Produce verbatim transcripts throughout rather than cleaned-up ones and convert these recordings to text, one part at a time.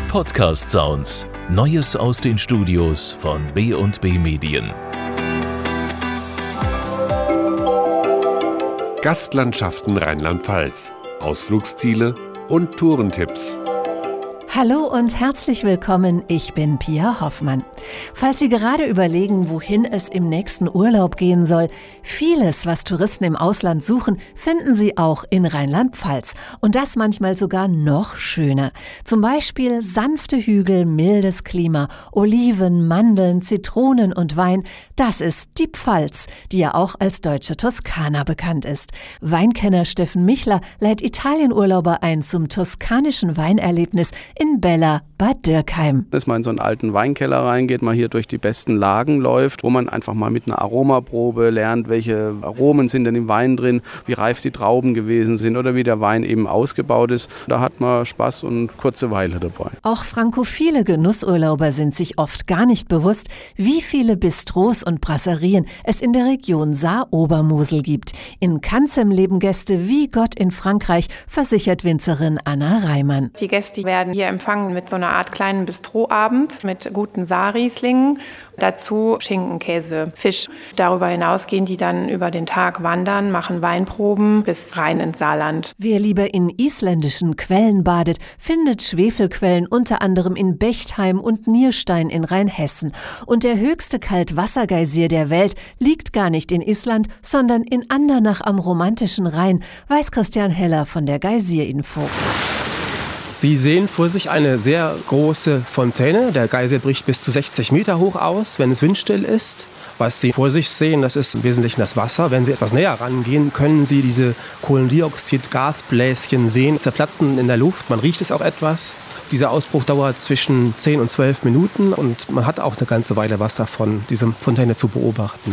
Podcast Sounds. Neues aus den Studios von B und B Medien. Gastlandschaften Rheinland-Pfalz, Ausflugsziele und Tourentipps. Hallo und herzlich willkommen, ich bin Pia Hoffmann. Falls Sie gerade überlegen, wohin es im nächsten Urlaub gehen soll, vieles, was Touristen im Ausland suchen, finden Sie auch in Rheinland-Pfalz. Und das manchmal sogar noch schöner. Zum Beispiel sanfte Hügel, mildes Klima, Oliven, Mandeln, Zitronen und Wein. Das ist die Pfalz, die ja auch als deutsche Toskana bekannt ist. Weinkenner Steffen Michler lädt Italienurlauber ein zum toskanischen Weinerlebnis in Bella, Bad Dürkheim. Dass man in so einen alten Weinkeller reingeht, mal hier durch die besten Lagen läuft, wo man einfach mal mit einer Aromaprobe lernt, welche Aromen sind denn im Wein drin, wie reif die Trauben gewesen sind oder wie der Wein eben ausgebaut ist. Da hat man Spaß und kurze Weile dabei. Auch frankophile Genussurlauber sind sich oft gar nicht bewusst, wie viele Bistros und Brasserien es in der Region Saar-Obermosel gibt. In Kanzem leben Gäste wie Gott in Frankreich, versichert Winzerin Anna Reimann. Die Gäste werden hier empfangen mit so einer Art kleinen Bistroabend mit guten Saarrieslingen. Dazu Schinken, Käse, Fisch. Darüber hinaus gehen die dann über den Tag wandern, machen Weinproben bis rein ins Saarland. Wer lieber in isländischen Quellen badet, findet Schwefelquellen unter anderem in Bechtheim und Nierstein in Rheinhessen. Und der höchste Kaltwassergeysir der Welt liegt gar nicht in Island, sondern in Andernach am romantischen Rhein, weiß Christian Heller von der Geysirinfo. Sie sehen vor sich eine sehr große Fontäne. Der Geysir bricht bis zu sechzig Meter hoch aus, wenn es windstill ist. Was Sie vor sich sehen, das ist im Wesentlichen das Wasser. Wenn Sie etwas näher rangehen, können Sie diese Kohlendioxid-Gasbläschen sehen. Zerplatzen in der Luft, man riecht es auch etwas. Dieser Ausbruch dauert zwischen zehn und zwölf Minuten und man hat auch eine ganze Weile was davon, diese Fontäne zu beobachten.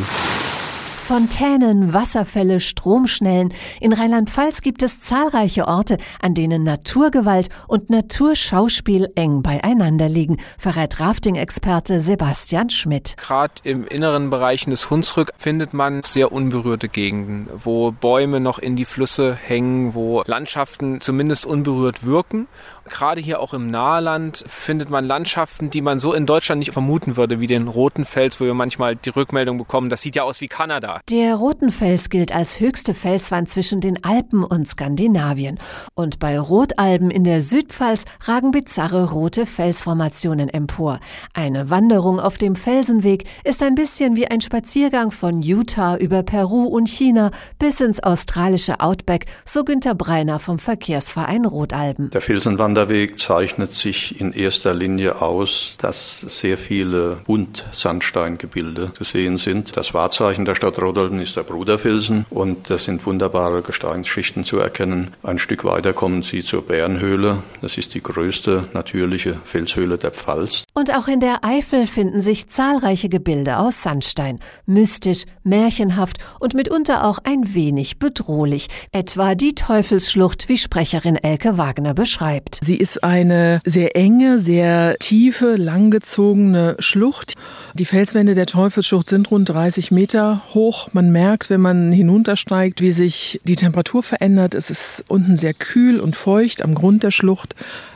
Fontänen, Wasserfälle, Stromschnellen. In Rheinland-Pfalz gibt es zahlreiche Orte, an denen Naturgewalt und Naturschauspiel eng beieinander liegen, verrät Rafting-Experte Sebastian Schmidt. Gerade im inneren Bereichen des Hunsrück findet man sehr unberührte Gegenden, wo Bäume noch in die Flüsse hängen, wo Landschaften zumindest unberührt wirken. Gerade hier auch im Nahland findet man Landschaften, die man so in Deutschland nicht vermuten würde, wie den Roten Fels, wo wir manchmal die Rückmeldung bekommen, das sieht ja aus wie Kanada. Der Roten Fels gilt als höchste Felswand zwischen den Alpen und Skandinavien. Und bei Rotalben in der Südpfalz ragen bizarre rote Felsformationen empor. Eine Wanderung auf dem Felsenweg ist ein bisschen wie ein Spaziergang von Utah über Peru und China bis ins australische Outback, so Günter Breiner vom Verkehrsverein Rotalben. Der Felsenwanderweg zeichnet sich in erster Linie aus, dass sehr viele Buntsandsteingebilde zu sehen sind. Das Wahrzeichen der Stadt Rotalben ist der Bruderfelsen und da sind wunderbare Gesteinsschichten zu erkennen. Ein Stück weiter kommen Sie zur Bärenhöhle. Das ist die größte natürliche Felshöhle der Pfalz. Und auch in der Eifel finden sich zahlreiche Gebilde aus Sandstein. Mystisch, märchenhaft und mitunter auch ein wenig bedrohlich. Etwa die Teufelsschlucht, wie Sprecherin Elke Wagner beschreibt. Sie ist eine sehr enge, sehr tiefe, langgezogene Schlucht. Die Felswände der Teufelsschlucht sind rund dreißig Meter hoch. Man merkt, wenn man hinuntersteigt, wie sich die Temperatur verändert. Es ist unten sehr kühl und feucht am Grund der Schlucht.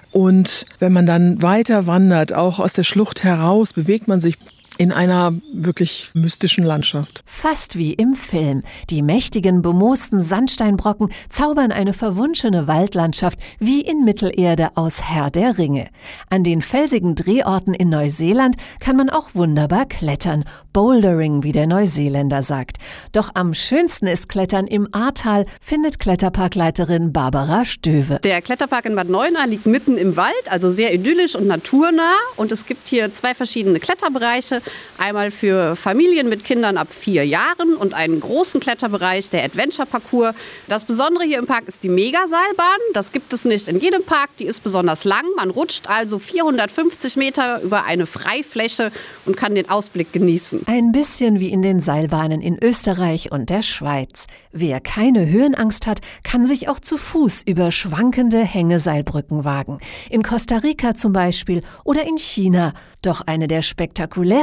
Und wenn man dann weiter wandert, auch aus der Schlucht heraus, bewegt man sich in einer wirklich mystischen Landschaft. Fast wie im Film. Die mächtigen, bemoosten Sandsteinbrocken zaubern eine verwunschene Waldlandschaft wie in Mittelerde aus Herr der Ringe. An den felsigen Drehorten in Neuseeland kann man auch wunderbar klettern. Bouldering, wie der Neuseeländer sagt. Doch am schönsten ist Klettern im Ahrtal, findet Kletterparkleiterin Barbara Stöwe. Der Kletterpark in Bad Neuenahr liegt mitten im Wald, also sehr idyllisch und naturnah. Und es gibt hier zwei verschiedene Kletterbereiche. Einmal für Familien mit Kindern ab vier Jahren und einen großen Kletterbereich, der Adventure-Parcours. Das Besondere hier im Park ist die Megaseilbahn. Das gibt es nicht in jedem Park, die ist besonders lang. Man rutscht also vierhundertfünfzig Meter über eine Freifläche und kann den Ausblick genießen. Ein bisschen wie in den Seilbahnen in Österreich und der Schweiz. Wer keine Höhenangst hat, kann sich auch zu Fuß über schwankende Hängeseilbrücken wagen. In Costa Rica zum Beispiel oder in China. Doch eine der spektakulärsten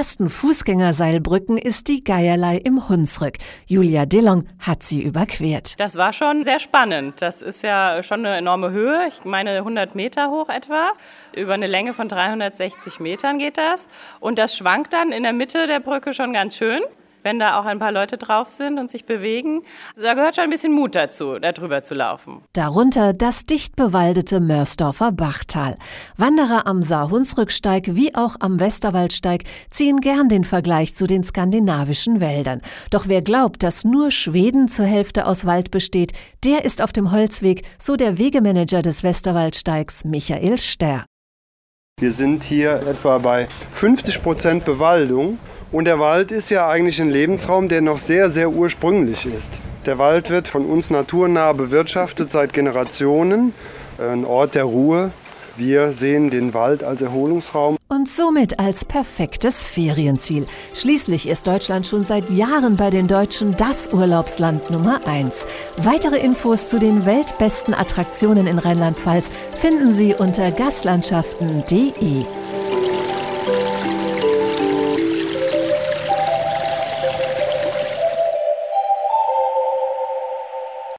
ersten Fußgängerseilbrücken ist die Geierlei im Hunsrück. Julia Dillon hat sie überquert. Das war schon sehr spannend. Das ist ja schon eine enorme Höhe. Ich meine hundert Meter hoch etwa. Über eine Länge von dreihundertsechzig Metern geht das. Und das schwankt dann in der Mitte der Brücke schon ganz schön, wenn da auch ein paar Leute drauf sind und sich bewegen. Da gehört schon ein bisschen Mut dazu, da drüber zu laufen. Darunter das dicht bewaldete Mörsdorfer Bachtal. Wanderer am Saar-Hunsrücksteig wie auch am Westerwaldsteig ziehen gern den Vergleich zu den skandinavischen Wäldern. Doch wer glaubt, dass nur Schweden zur Hälfte aus Wald besteht, der ist auf dem Holzweg, so der Wegemanager des Westerwaldsteigs Michael Sterr. Wir sind hier etwa bei fünfzig Prozent Bewaldung. Und der Wald ist ja eigentlich ein Lebensraum, der noch sehr, sehr ursprünglich ist. Der Wald wird von uns naturnah bewirtschaftet seit Generationen, ein Ort der Ruhe. Wir sehen den Wald als Erholungsraum. Und somit als perfektes Ferienziel. Schließlich ist Deutschland schon seit Jahren bei den Deutschen das Urlaubsland Nummer eins. Weitere Infos zu den weltbesten Attraktionen in Rheinland-Pfalz finden Sie unter gastlandschaften punkt de.